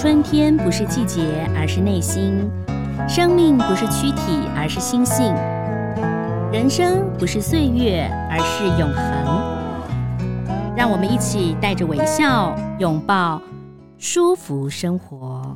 春天不是季节，而是内心；生命不是躯体，而是心性；人生不是岁月，而是永恒。让我们一起带着微笑，拥抱舒服生活。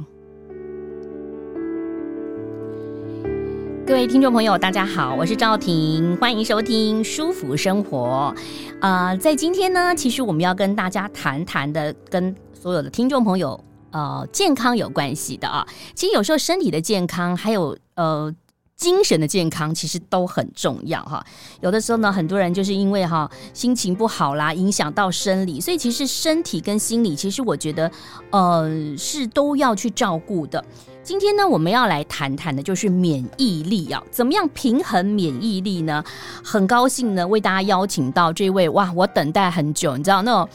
各位听众朋友大家好，我是赵婷，欢迎收听舒服生活。在今天呢，其实我们要跟大家谈谈的跟所有的听众朋友健康有关系的啊。其实有时候身体的健康还有精神的健康其实都很重要哈。有的时候呢，很多人就是因为心情不好啦，影响到生理，所以其实身体跟心理其实我觉得是都要去照顾的。今天呢，我们要来谈谈的就是免疫力啊，怎么样平衡免疫力呢？很高兴呢，为大家邀请到这位我等待很久，你知道那种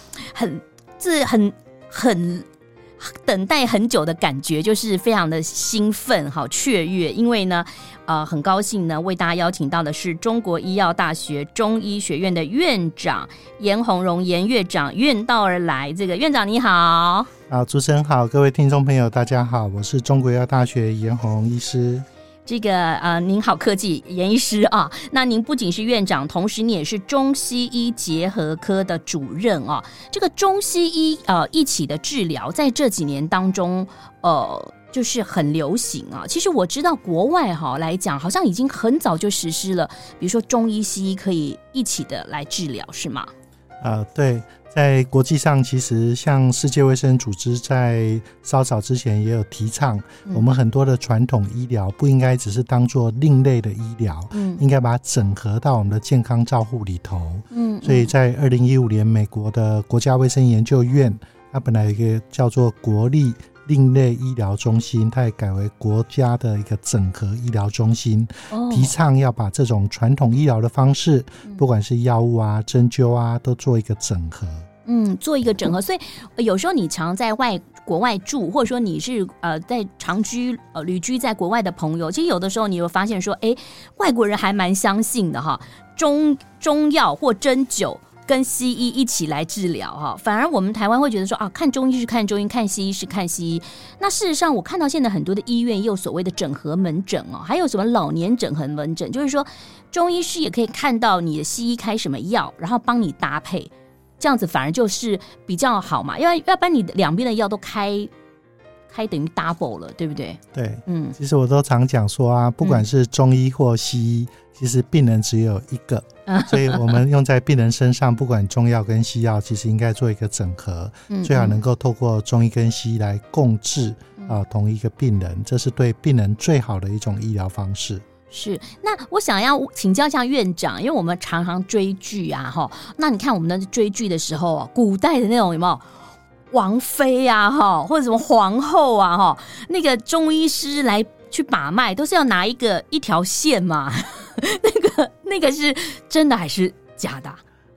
很等待很久的感觉，就是非常的兴奋雀跃，因为呢很高兴呢为大家邀请到的是中国医药大学中医学院的院长严宏荣严院长，远道而来。这个院长你好。 好，主持人好，各位听众朋友大家好，我是中国医药大学严宏荣医师。 这个您好客气，严医师啊。那您不仅是院长，同时你也是中西医结合科的主任啊。这个中西医一起的治疗，在这几年当中就是很流行啊。其实我知道国外来讲，好像已经很早就实施了，比如说中医西医可以一起的来治疗，是吗？ 对，在国际上其实像世界卫生组织在稍早之前也有提倡，我们很多的传统医疗不应该只是当作另类的医疗，应该把它整合到我们的健康照护里头。所以在2015年美国的国家卫生研究院，它本来有一个叫做国立另类医疗中心，它也改为国家的一个整合医疗中心，提倡要把这种传统医疗的方式，不管是药物啊针灸啊，都做一个整合。 做一个整合。所以有时候你常在国外住，或者说你是在长居旅居在国外的朋友，其实有的时候你会发现说，外国人还蛮相信的中药或针灸跟西医一起来治疗反而我们台湾会觉得说看中医是看中医，看西医是看西医。那事实上我看到现在很多的医院也有所谓的整合门诊还有什么老年整合门诊，就是说中医师也可以看到你的西医开什么药，然后帮你搭配，这样子反而就是比较好嘛，要不然你两边的药都开等于 double 了，对不对？ 对，其实我都常讲说不管是中医或西医，其实病人只有一个，所以我们用在病人身上，不管中药跟西药，其实应该做一个整合，最好能够透过中医跟西医来共治同一个病人，这是对病人最好的一种医疗方式。 是，那我想要请教一下院长，因为我们常常追剧那你看我们的追剧的时候古代的那种有没有王妃或者什么皇后那个中医师来去把脉都是要拿一条线嘛那个是真的还是假的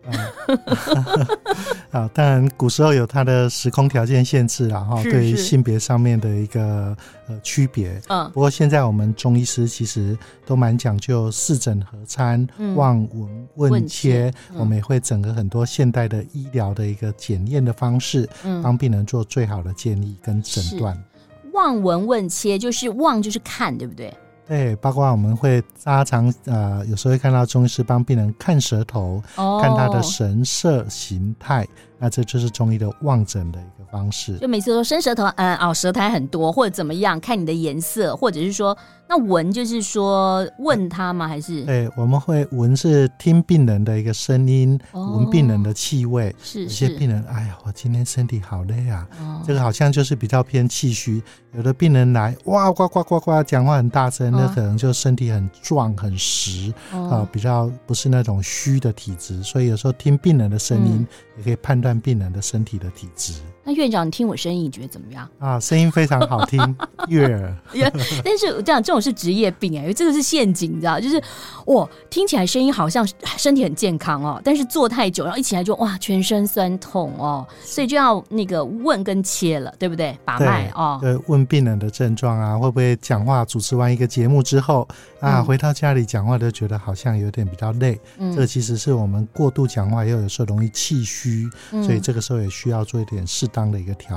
当然古时候有它的时空条件限制啦，对于性别上面的一个区别。不过现在我们中医师其实都蛮讲究四诊合参，望闻问切，我们也会整合很多现代的医疗的一个检验的方式，帮病人做最好的建议跟诊断。 望闻问切就是望就是看，对不对？ 对，包括我们会常有时候会看到中医师帮病人看舌头，看他的神色形态，那这就是中医的望诊的一个方式。 就每次说伸舌头舌苔很多或者怎么样，看你的颜色，或者是说那闻就是说问他吗？还是对，我们会闻是听病人的一个声音，闻病人的气味。有些病人我今天身体好累这个好像就是比较偏气虚。有的病人来哇呱呱呱呱讲话很大声，那可能就身体很壮很实比较不是那种虚的体质。所以有时候听病人的声音也可以判断病人的身体的体质。 那院长你听我声音你觉得怎么样声音非常好听悦耳但是这种是职业病因为这个是陷阱，你知道，就是听起来声音好像身体很健康但是坐太久然后一起来就全身酸痛所以就要那个问跟切了，对不对？把脉对，问病人的症状会不会讲话主持完一个节目之后回到家里讲话都觉得好像有点比较累，这个其实是我们过度讲话也有时候容易气虚，所以这个时候也需要做一点适当的一个调理。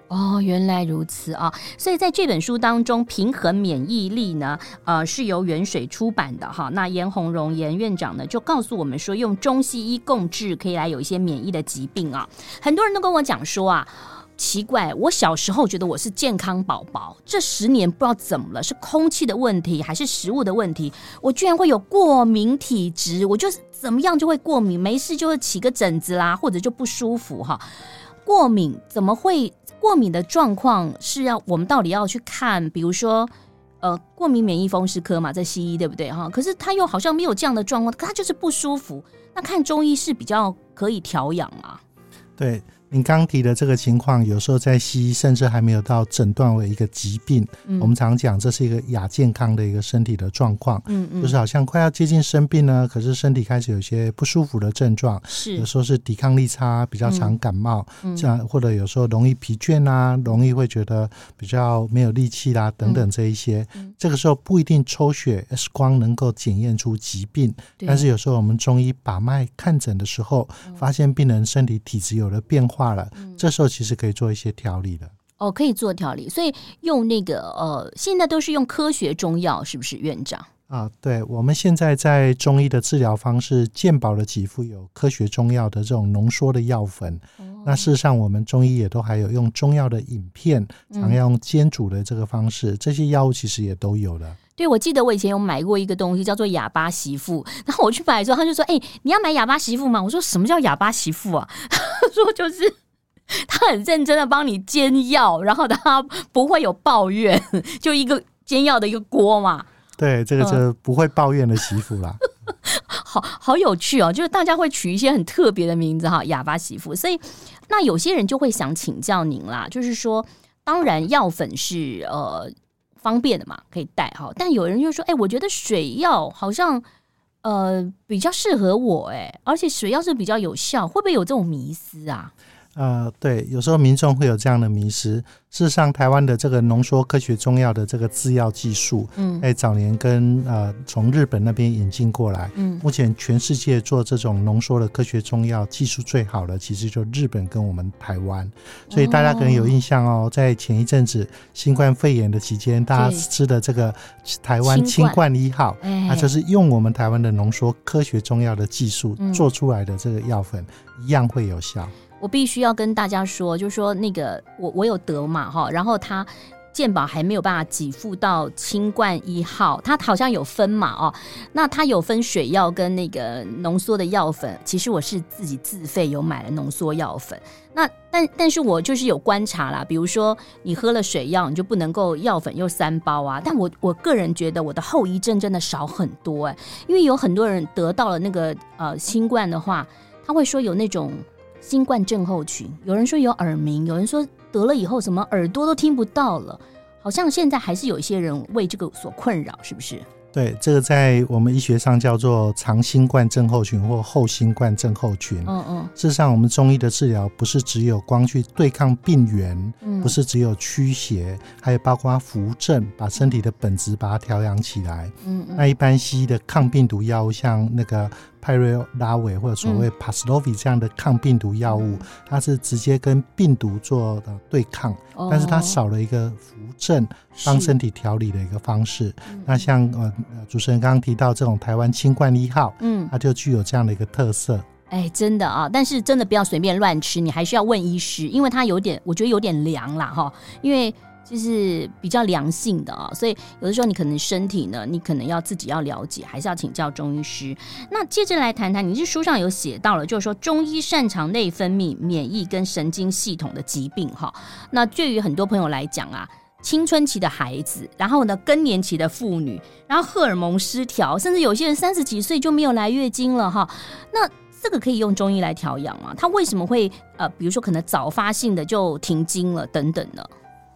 哦，原来如此啊！所以在这本书当中，平衡免疫力呢，是由元水出版的哈。那严宏荣严院长呢，就告诉我们说，用中西医共治可以来有一些免疫的疾病啊。很多人都跟我讲说啊，奇怪，我小时候觉得我是健康宝宝，这10年不知道怎么了，是空气的问题还是食物的问题，我居然会有过敏体质，我就是怎么样就会过敏，没事就会起个疹子啦，或者就不舒服哈。过敏怎么会？过敏的状况是我们到底要去看，比如说过敏免疫风湿科嘛，在西医对不对哈？可是他又好像没有这样的状况，可他就是不舒服。那看中医是比较可以调养啊。 对，您刚提的这个情况，有时候在西医甚至还没有到诊断为一个疾病，我们常讲这是一个亚健康的一个身体的状况，就是好像快要接近生病呢，可是身体开始有些不舒服的症状，是有时候是抵抗力差，比较常感冒，或者有时候容易疲倦啊，容易会觉得比较没有力气啦等等这一些，这个时候不一定抽血 X 光能够检验出疾病，但是有时候我们中医把脉看诊的时候，发现病人身体体质有了变化了，这时候其实可以做一些调理的。 哦，可以做调理，所以用那个现在都是用科学中药，是不是院长？ 对，我们现在在中医的治疗方式，健保的给付有科学中药的这种浓缩的药粉，那事实上我们中医也都还有用中药的饮片，常用煎煮的这个方式，这些药物其实也都有的。 对，我记得我以前有买过一个东西叫做哑巴媳妇，然后我去买的时候，他就说你要买哑巴媳妇吗？我说什么叫哑巴媳妇啊？他说就是他很认真的帮你煎药，然后他不会有抱怨，就一个煎药的一个锅嘛。 对，这个就不会抱怨的媳妇啦。 好有趣哦，就是大家会取一些很特别的名字哈，哑巴媳妇。所以那有些人就会想请教您啦，就是说当然药粉是方便的嘛，可以带哈，但有人就说我觉得水药好像比较适合我而且水药是比较有效，会不会有这种迷思啊？ 对，有时候民众会有这样的迷思。事实上，台湾的这个浓缩科学中药的这个制药技术，在早年跟从日本那边引进过来，目前全世界做这种浓缩的科学中药技术最好的，其实就日本跟我们台湾。所以大家可能有印象在前一阵子新冠肺炎的期间，大家吃的这个台湾清冠1号，它就是用我们台湾的浓缩科学中药的技术做出来的这个药粉，一样会有效。 我必须要跟大家说，就是说那个我有得嘛哈，然后他健保还没有办法给付到清冠1号，它好像有分嘛那它有分水药跟那个浓缩的药粉，其实我是自己自费有买了浓缩药粉。那但是我就是有观察啦，比如说你喝了水药，你就不能够药粉又3包啊。但我个人觉得我的后遗症真的少很多因为有很多人得到了那个新冠的话，他会说有那种新冠症候群，有人说有耳鸣，有人说得了以后什么耳朵都听不到了，好像现在还是有一些人为这个所困扰，是不是？ 对，这个在我们医学上叫做长新冠症候群或后新冠症候群。事实上我们中医的治疗不是只有光去对抗病源，不是只有驱邪，还有包括扶正，把身体的本质把它调养起来。那一般西医的抗病毒药物，像那个派瑞拉韦或者所谓 Paxlovid 这样的抗病毒药物，它是直接跟病毒做的对抗，但是它少了一个扶正帮身体调理的一个方式。那像主持人刚刚提到这种台湾清冠1号，它就具有这样的一个特色。 真的啊，但是真的不要随便乱吃，你还是要问医师，因为它有点，我觉得有点凉啦因为就是比较凉性的所以有的时候你可能身体呢，你可能要自己要了解，还是要请教中医师。那接着来谈谈，你是书上有写到了，就是说中医擅长内分泌、免疫跟神经系统的疾病那对于很多朋友来讲青春期的孩子，然后呢更年期的妇女，然后荷尔蒙失调，甚至有些人30几岁就没有来月经了那这个可以用中医来调养吗？它为什么会比如说可能早发性的就停经了等等呢？ 对，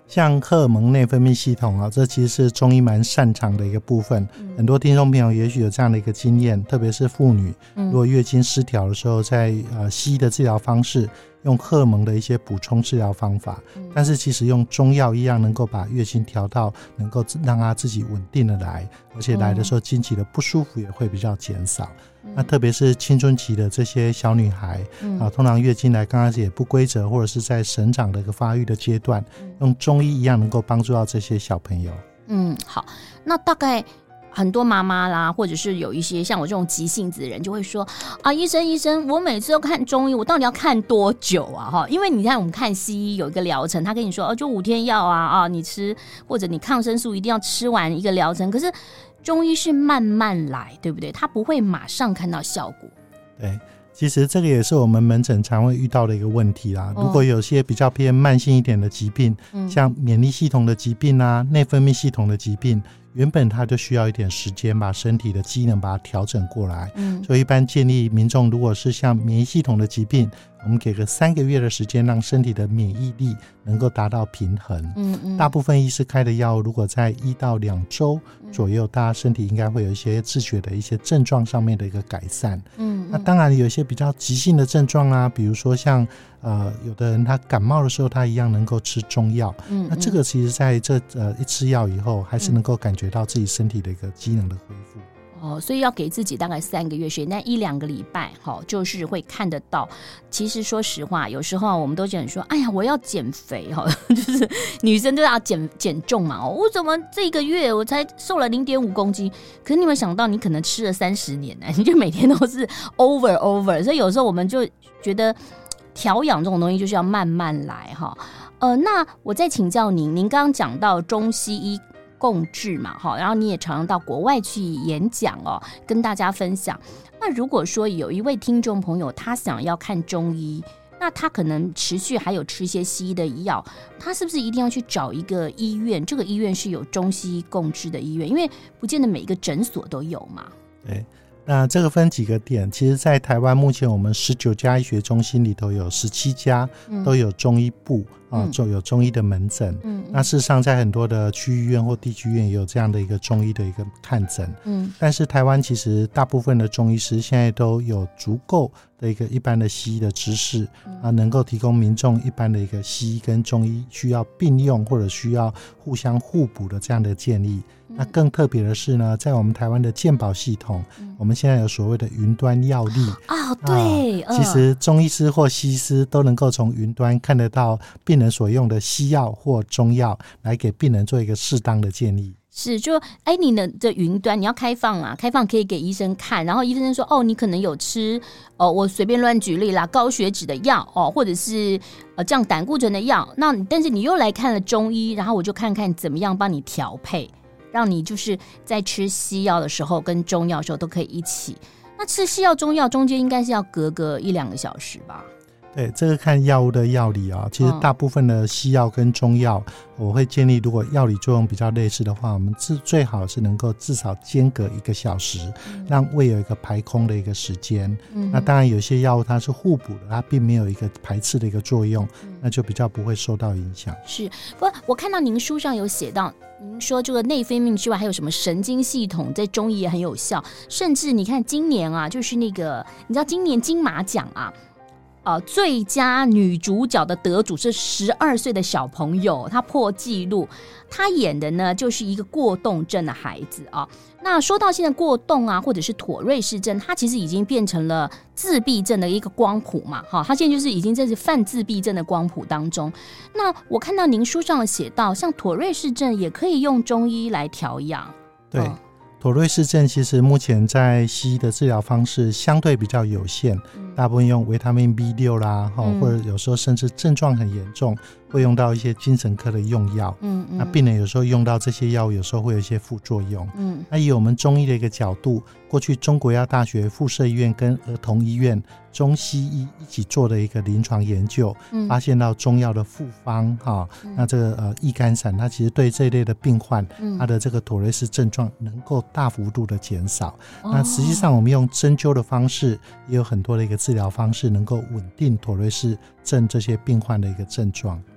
像荷尔蒙内分泌系统啊，这其实是中医蛮擅长的一个部分。很多听众朋友也许有这样的一个经验，特别是妇女，如果月经失调的时候，在西医的治疗方式用荷尔蒙的一些补充治疗方法，但是其实用中药一样能够把月经调到能够让它自己稳定的来，而且来的时候经期的不舒服也会比较减少。那特别是青春期的这些小女孩通常月经来刚开始也不规则，或者是在生长的一个发育的阶段，用中医一样能够帮助到这些小朋友。 好，那大概很多妈妈啦，或者是有一些像我这种急性子的人就会说啊，医生，我每次都看中医，我到底要看多久啊？因为你看我们看西医有一个疗程，他跟你说就5天药啊，你吃或者你抗生素一定要吃完一个疗程，可是中医是慢慢来，对不对？它不会马上看到效果。 对，其实这个也是我们门诊常会遇到的一个问题啦。如果有些比较偏慢性一点的疾病，像免疫系统的疾病啊、内分泌系统的疾病，原本它就需要一点时间把身体的机能把它调整过来。所以一般建议民众，如果是像免疫系统的疾病，我们给个3个月的时间，让身体的免疫力能够达到平衡。大部分医师开的药，如果在1到2周左右，大家身体应该会有一些自觉的一些症状上面的一个改善。那当然有一些比较急性的症状啊，比如说像有的人他感冒的时候，他一样能够吃中药。那这个其实在这一吃药以后，还是能够感觉到自己身体的一个机能的恢复。 所以要给自己大概3个月时间，但1-2个礼拜就是会看得到。其实说实话，有时候我们都讲说，哎呀，我要减肥就是女生都要减重嘛。我怎么这个月我才瘦了0.5公斤？可是你有没有想到，你可能吃了30年呢？你就每天都是 over， 所以有时候我们就觉得调养这种东西就是要慢慢来那我再请教您刚刚讲到中西医共治嘛，然后你也常常到国外去演讲跟大家分享。那如果说有一位听众朋友他想要看中医，那他可能持续还有吃一些西医的药，他是不是一定要去找一个医院？这个医院是有中西医共治的医院，因为不见得每一个诊所都有嘛。 对，那这个分几个点，其实在台湾目前我们19家医学中心里头有17家都有中医部就有中医的门诊。那事实上在很多的区域医院或地区医院也有这样的一个中医的一个看诊。但是台湾其实大部分的中医师现在都有足够的一个一般的西医的知识能够提供民众一般的一个西医跟中医需要并用或者需要互相互补的这样的建议。那更特别的是呢，在我们台湾的健保系统，我们现在有所谓的云端药历对其实中医师或西医师都能够从云端看得到病人所用的西药或中药，来给病人做一个适当的建议。 是，就你的云端你要开放可以给医生看，然后医生说你可能有吃我随便乱举例啦，高血脂的药或者是降胆固醇的药，但是你又来看了中医，然后我就看看怎么样帮你调配，让你就是在吃西药的时候跟中药的时候都可以一起。那吃西药中药中间应该是要隔个1-2个小时吧？ 对，这个看药物的药理其实大部分的西药跟中药我会建议，如果药理作用比较类似的话，我们最好是能够至少间隔1个小时，让胃有一个排空的一个时间。那当然有些药物它是互补的，它并没有一个排斥的一个作用，那就比较不会受到影响。 是，不过我看到您书上有写到，您说这个内分泌之外还有什么神经系统在中医也很有效，甚至你看今年就是那个你知道今年金马奖最佳女主角的得主是12岁的小朋友，她破纪录，她演的呢就是一个过动症的孩子那说到现在过动或者是妥瑞氏症，它其实已经变成了自闭症的一个光谱嘛它现在就是已经在泛自闭症的光谱当中。那我看到您书上写到，像妥瑞氏症也可以用中医来调养。 对，妥瑞氏症其实目前在西医的治疗方式相对比较有限，大部分用维他命 B6 啦或者有时候甚至症状很严重会用到一些精神科的用药。那病人有时候用到这些药物有时候会有一些副作用。那以我们中医的一个角度，过去中国药大学附设医院跟儿童医院中西医一起做的一个临床研究，发现到中药的复方那这个益肝散它其实对这一类的病患它的这个妥瑞氏症状能够大幅度的减少。那实际上我们用针灸的方式也有很多的一个治疗方式能够稳定妥瑞氏症这些病患的一个症状。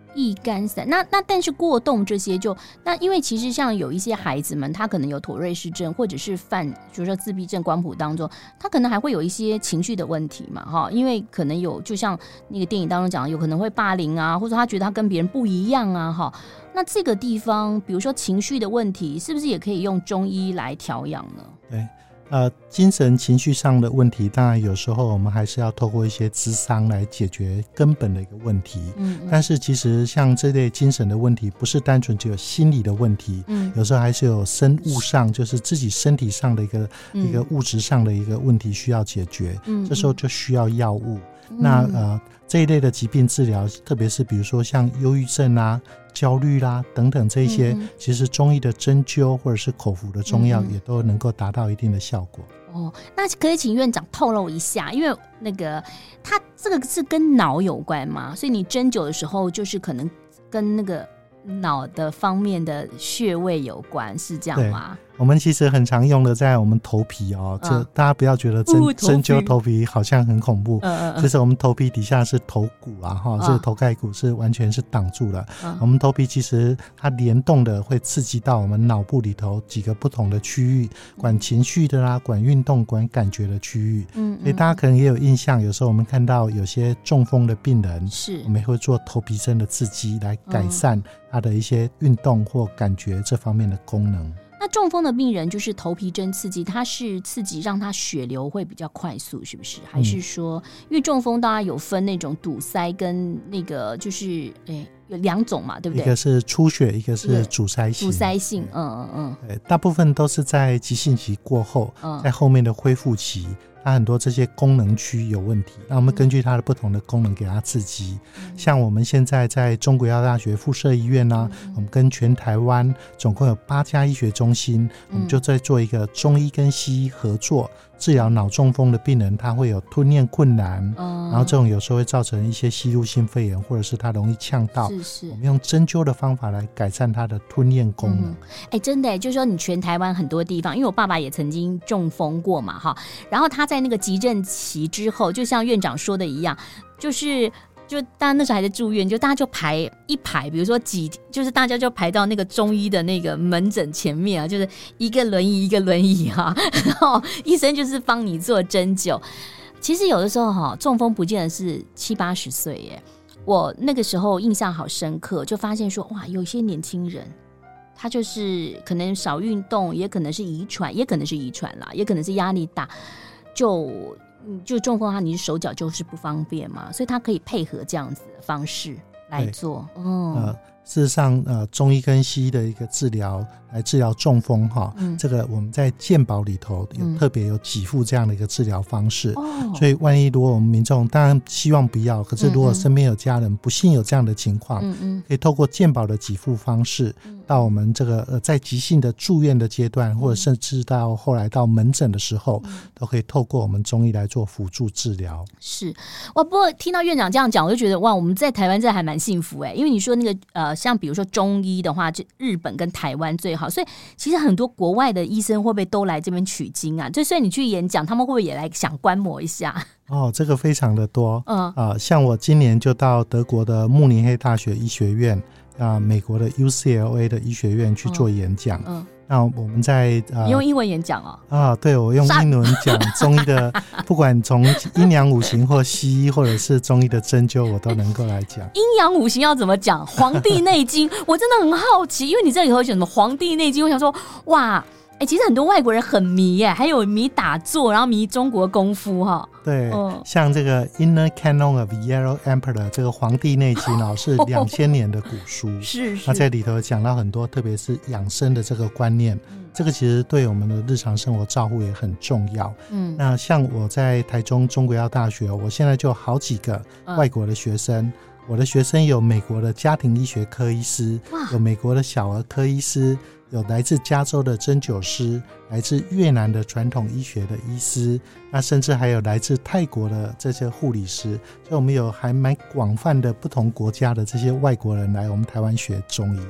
易肝散，那但是过动这些那因为其实像有一些孩子们，他可能有妥瑞氏症或者是比如说自闭症光谱当中，他可能还会有一些情绪的问题嘛，因为可能有就像那个电影当中讲的，有可能会霸凌啊，或者他觉得他跟别人不一样啊，那这个地方比如说情绪的问题，是不是也可以用中医来调养呢？ 对。精神情绪上的问题，当然有时候我们还是要透过一些咨商来解决根本的一个问题。但是其实像这类精神的问题，不是单纯只有心理的问题，有时候还是有生物上，就是自己身体上的一个物质上的一个问题需要解决。这时候就需要药物。那这一类的疾病治疗，特别是比如说像忧郁症啊、焦虑啦等等这些，其实中医的针灸或者是口服的中药也都能够达到一定的效果。 那可以请院长透露一下，因为那个他这个是跟脑有关嘛，所以你针灸的时候就是可能跟那个脑的方面的穴位有关，是这样吗？ 我们其实很常用的在我们头皮这大家不要觉得针灸头皮好像很恐怖，其实我们头皮底下是头骨这个头盖骨是完全是挡住了。我们头皮其实它联动的会刺激到我们脑部里头几个不同的区域，管情绪的啦，管运动，管感觉的区域。所以大家可能也有印象，有时候我们看到有些中风的病人，我们会做头皮针的刺激来改善他的一些运动或感觉这方面的功能。 那中风的病人就是头皮针刺激，它是刺激让它血流会比较快速，是不是？还是说，因为中风大家有分那种堵塞跟那个就是有两种嘛，对不对？ 一个是出血，一个是阻塞性。对，大部分都是在急性期过后，在后面的恢复期，它很多这些功能区有问题，那我们根据它的不同的功能给它刺激。像我们现在在中国医药大学附设医院我们跟全台湾总共有8家医学中心，我们就在做一个中医跟西医合作治疗脑中风的病人，他会有吞咽困难，然后这种有时候会造成一些吸入性肺炎，或者是他容易呛到，我们用针灸的方法来改善他的吞咽功能。 真的就是说你全台湾很多地方，因为我爸爸也曾经中风过嘛，然后他在那个急症期之后，就像院长说的一样，就大家那时候还在住院，就大家就排一排，比如说就是大家就排到那个中医的那个门诊前面就是一个轮椅一个轮椅然后医生就是帮你做针灸。其实有的时候中风不见得是70、80岁耶，我那个时候印象好深刻，就发现说哇，有些年轻人他就是可能少运动，也可能是遗传啦，也可能是压力大，就中风你手脚就是不方便嘛，所以他可以配合这样子的方式来做。 事实上中医跟西医的一个治疗来治疗中风这个我们在健保里头特别有给付这样的一个治疗方式，所以万一如果我们民众当然希望不要，可是如果身边有家人不幸有这样的情况，可以透过健保的给付方式到我们这个在急性的住院的阶段，或者甚至到后来到门诊的时候，都可以透过我们中医来做辅助治疗。 是不过听到院长这样讲，我就觉得哇，我们在台湾这还蛮幸福因为你说那个像比如说中医的话，就日本跟台湾最好，所以其实很多国外的医生会不会都来这边取经啊？就所以你去演讲，他们会不会也来想观摩一下？ 这个非常的多。像我今年就到德国的慕尼黑大学医学院美国的 UCLA 的医学院去做演讲。那我们在你用英文演讲对，我用英文讲中医的不管从阴阳五行或西医或者是中医的针灸，我都能够来讲。 阴阳五行要怎么讲？黄帝内经我真的很好奇，因为你这里头有什么黄帝内经，我想说哇，其实很多外国人很迷耶，还有迷打坐，然后迷中国功夫对，像这个 Inner Canon of Yellow Emperor 这个黄帝内经是2000年的古书是那在里头讲到很多特别是养生的这个观念，这个其实对我们的日常生活照护也很重要。那像我在台中中国医药大学，我现在就有好几个外国的学生，我的学生有美国的家庭医学科医师，有美国的小儿科医师，有来自加州的针灸师，来自越南的传统医学的医师，那甚至还有来自泰国的这些护理师，所以我们有还蛮广泛的不同国家的这些外国人来我们台湾学中医。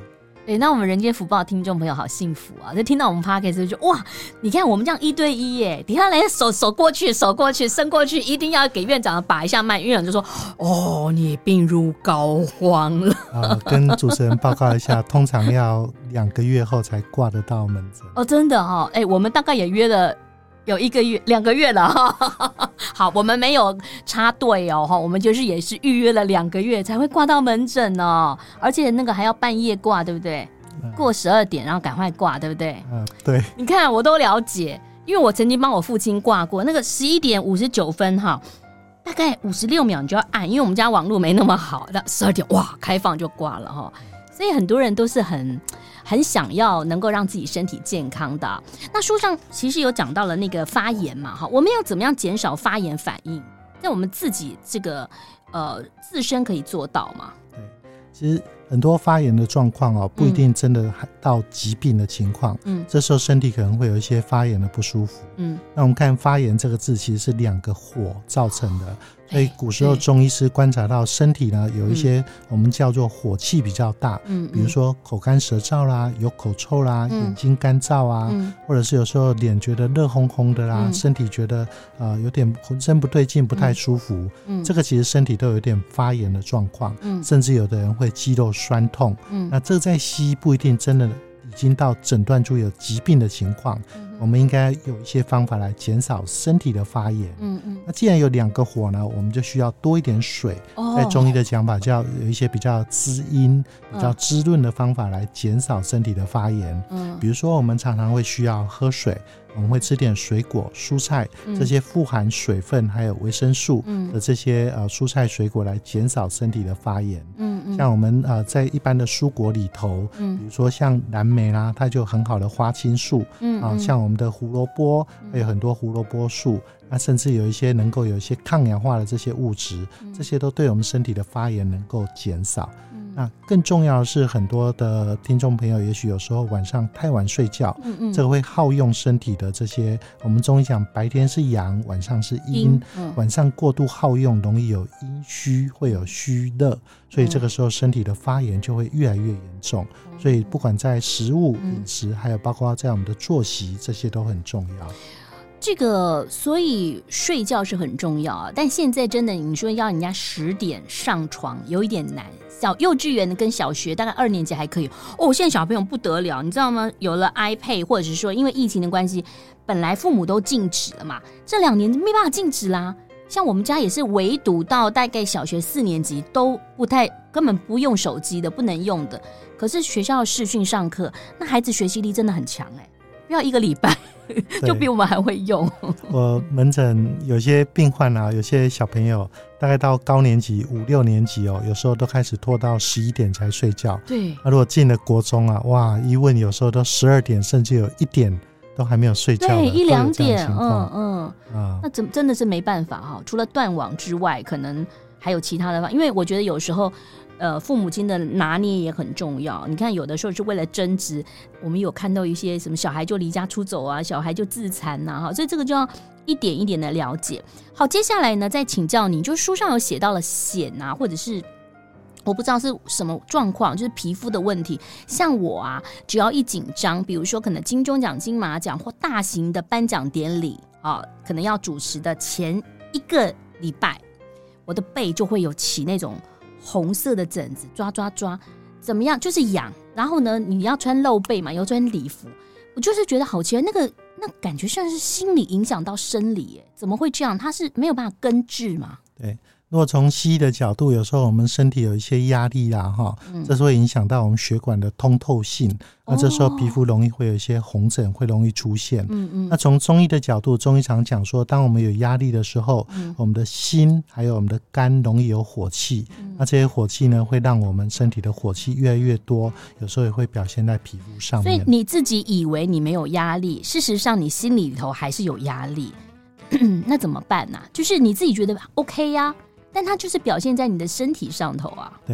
对，那我们人间福报听众朋友好幸福啊！就听到我们 podcast 就哇，你看我们这样1对1耶，底下来手过去伸过去，一定要给院长把一下脉，院长就说：“哦，你病入膏肓了。 跟主持人报告一下，通常要2个月后才挂得到门诊。 哦，真的哦，我们大概也约了有1个月、2个月了哈。好，我们没有插队哦，我们就是也是预约了2个月才会挂到门诊哦，而且那个还要半夜挂，对不对？过12点然后赶快挂，对不对？ 对。 你看我都了解，因为我曾经帮我父亲挂过，那个11点59分哈，大概56秒你就要按，因为我们家网络没那么好，到12点哇开放就挂了哈。所以很多人都是很想要能够让自己身体健康的。那书上其实有讲到了那个发炎嘛，我们要怎么样减少发炎反应？在我们自己这个自身可以做到吗？ 对，其实很多发炎的状况不一定真的到疾病的情况，这时候身体可能会有一些发炎的不舒服。那我们看发炎这个字其实是2个火造成的，所以古时候中医师观察到身体呢有一些我们叫做火气比较大，比如说口干舌燥啦，有口臭啦，眼睛干燥啊，或者是有时候脸觉得热烘烘的啦，身体觉得有点浑身不对劲，不太舒服，这个其实身体都有点发炎的状况，甚至有的人会肌肉酸痛，那这个在西医不一定真的已经到诊断出有疾病的情况，我们应该有一些方法来减少身体的发炎。那既然有2个火呢，我们就需要多一点水，在中医的讲法叫有一些比较滋阴比较滋润的方法来减少身体的发炎。比如说我们常常会需要喝水，我们会吃点水果蔬菜，这些富含水分还有维生素的这些蔬菜水果来减少身体的发炎。像我们在一般的蔬果里头，比如说像蓝莓啦，它就有很好的花青素，像我们的胡萝卜还有很多胡萝卜素，那甚至有一些能够有一些抗氧化的这些物质，这些都对我们身体的发炎能够减少。那更重要的是，很多的听众朋友也许有时候晚上太晚睡觉，这个会耗用身体的这些，我们中医讲白天是阳，晚上是阴，晚上过度耗用容易有阴虚，会有虚热，所以这个时候身体的发炎就会越来越严重。所以不管在食物饮食，还有包括在我们的作息，这些都很重要。 这个所以睡觉是很重要啊，但现在真的你说要人家10点上床有一点难。幼稚园跟小学大概2年级还可以现在小朋友不得了，你知道吗？有了 iPad 或者是说因为疫情的关系，本来父母都禁止了嘛，这2年没办法禁止啦。像我们家也是围堵到大概小学4年级都根本不用手机的，不能用的。可是学校视讯上课，那孩子学习力真的很强不要1个礼拜就比我们还会用。 我门诊有些病患有些小朋友大概到高年级5、6年级有时候都开始拖到11点才睡觉。 对， 那如果进了国中哇，一问有时候都12点，甚至有1点都还没有睡觉的， 对，1、2点，那真的是没办法除了断网之外，可能还有其他的方法，因为我觉得有时候父母亲的拿捏也很重要。你看有的时候是为了争执，我们有看到一些什么小孩就离家出走啊，小孩就自残啊，所以这个就要一点一点的了解。好，接下来呢再请教你，就书上有写到了癣啊，或者是我不知道是什么状况，就是皮肤的问题。像我只要一紧张，比如说可能金钟奖、金马奖或大型的颁奖典礼可能要主持的前1个礼拜，我的背就会有起那种红色的疹子，抓，怎么样？就是痒。然后呢，你要穿露背嘛，要穿礼服，我就是觉得好奇怪，那感觉像是心理影响到生理怎么会这样？它是没有办法根治吗？ 对。如果从西医的角度，有时候我们身体有一些压力这是会影响到我们血管的通透性，那这时候皮肤容易会有一些红疹，会容易出现。那从中医的角度，中医常讲说，当我们有压力的时候，我们的心还有我们的肝容易有火气，那这些火气呢，会让我们身体的火气越来越多，有时候也会表现在皮肤上面。 所以你自己以为你没有压力，事实上你心里头还是有压力那怎么办就是你自己觉得 OK 但它就是表现在你的身体上头对，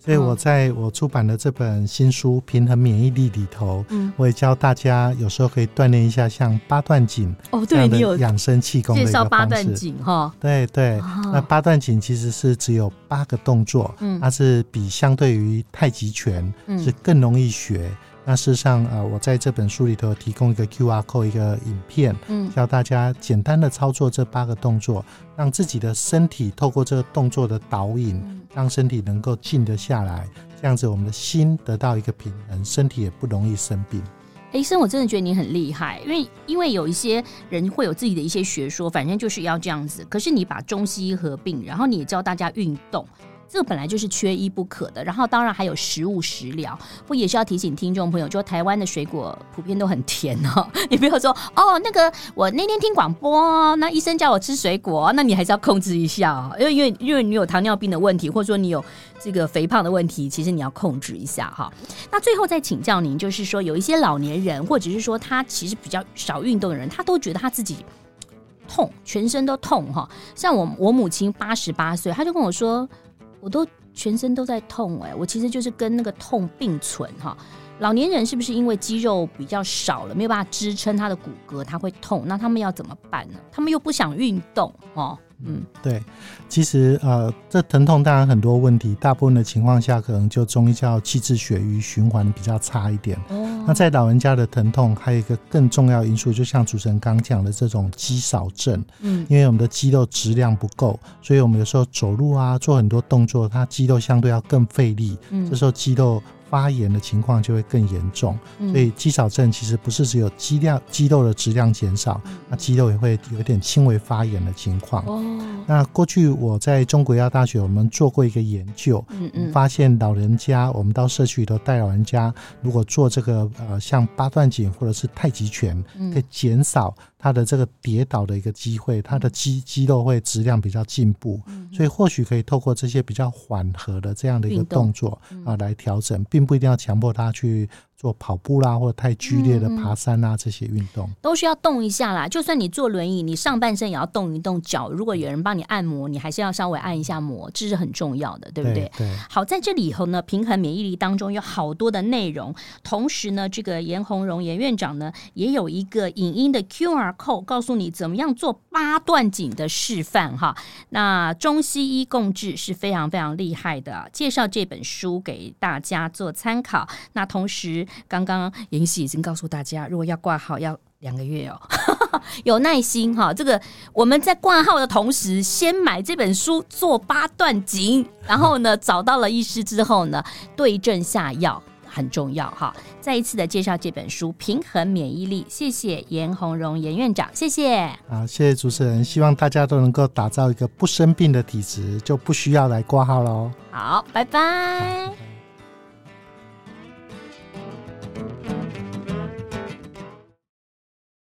所以我在我出版的这本新书《平衡免疫力》里头，我也教大家有时候可以锻炼一下像八段锦这样的养生气功的一个方式。 介绍八段锦哈， 对对，那八段锦其实是只有8个动作，它是比相对于太极拳是更容易学。那事实上我在这本书里头提供一个 QR code 一个影片，教大家简单的操作这8个动作，让自己的身体透过这个动作的导引，让身体能够静得下来，这样子我们的心得到一个平衡，身体也不容易生病。 医生，我真的觉得你很厉害，因为有一些人会有自己的一些学说，反正就是要这样子，可是你把中西医合并，然后你也教大家运动，这个本来就是缺一不可的，然后当然还有食物食疗，不也是要提醒听众朋友，就台湾的水果普遍都很甜哦，你不要说那个我那天听广播，那医生叫我吃水果，那你还是要控制一下哦，因为你有糖尿病的问题，或者说你有这个肥胖的问题，其实你要控制一下哈。那最后再请教您，就是说有一些老年人，或者是说他其实比较少运动的人，他都觉得他自己痛，全身都痛哈。像我母亲88岁，她就跟我说，我都全身都在痛我其实就是跟那个痛并存哈。老年人是不是因为肌肉比较少了，没有办法支撑他的骨骼，他会痛？那他们要怎么办呢？他们又不想运动对，其实这疼痛当然很多问题，大部分的情况下可能就中医叫气滞血瘀，循环比较差一点。那在老人家的疼痛还有一个更重要的因素，就像主持人刚讲的这种肌少症，因为我们的肌肉质量不够，所以我们有时候走路啊做很多动作，它肌肉相对要更费力，这时候肌肉发炎的情况就会更严重。所以肌少症其实不是只有肌肉的质量减少，那肌肉也会有一点轻微发炎的情况。那过去我在中国医药大学我们做过一个研究，发现老人家，我们到社区里头带老人家，如果做这个像八段锦或者是太极拳，可以减少他的这个跌倒的一个机会，他的肌肉会质量比较进步，所以或许可以透过这些比较缓和的这样的一个动作来调整，并不一定要强迫他去做跑步啦，或者太剧烈的爬山啊，这些运动都需要动一下啦。就算你坐轮椅，你上半身也要动一动脚，如果有人帮你按摩，你还是要稍微按一下摩，这是很重要的，对不对？ 对。 好，在这里以后呢，平衡免疫力当中有好多的内容，同时呢，这个颜鸿荣颜院长呢也有一个影音的 QR code， 告诉你怎么样做八段锦的示范哈。那中西医共治是非常非常厉害的，介绍这本书给大家做参考。那同时刚刚妍希已经告诉大家，如果要挂号要2个月有耐心哈。这个我们在挂号的同时，先买这本书做八段锦，然后呢找到了医师之后呢，对症下药很重要哈。再一次的介绍这本书《平衡免疫力》，谢谢颜鸿荣颜院长，谢谢。 好，谢谢主持人，希望大家都能够打造一个不生病的体质，就不需要来挂号咯。 好，拜拜。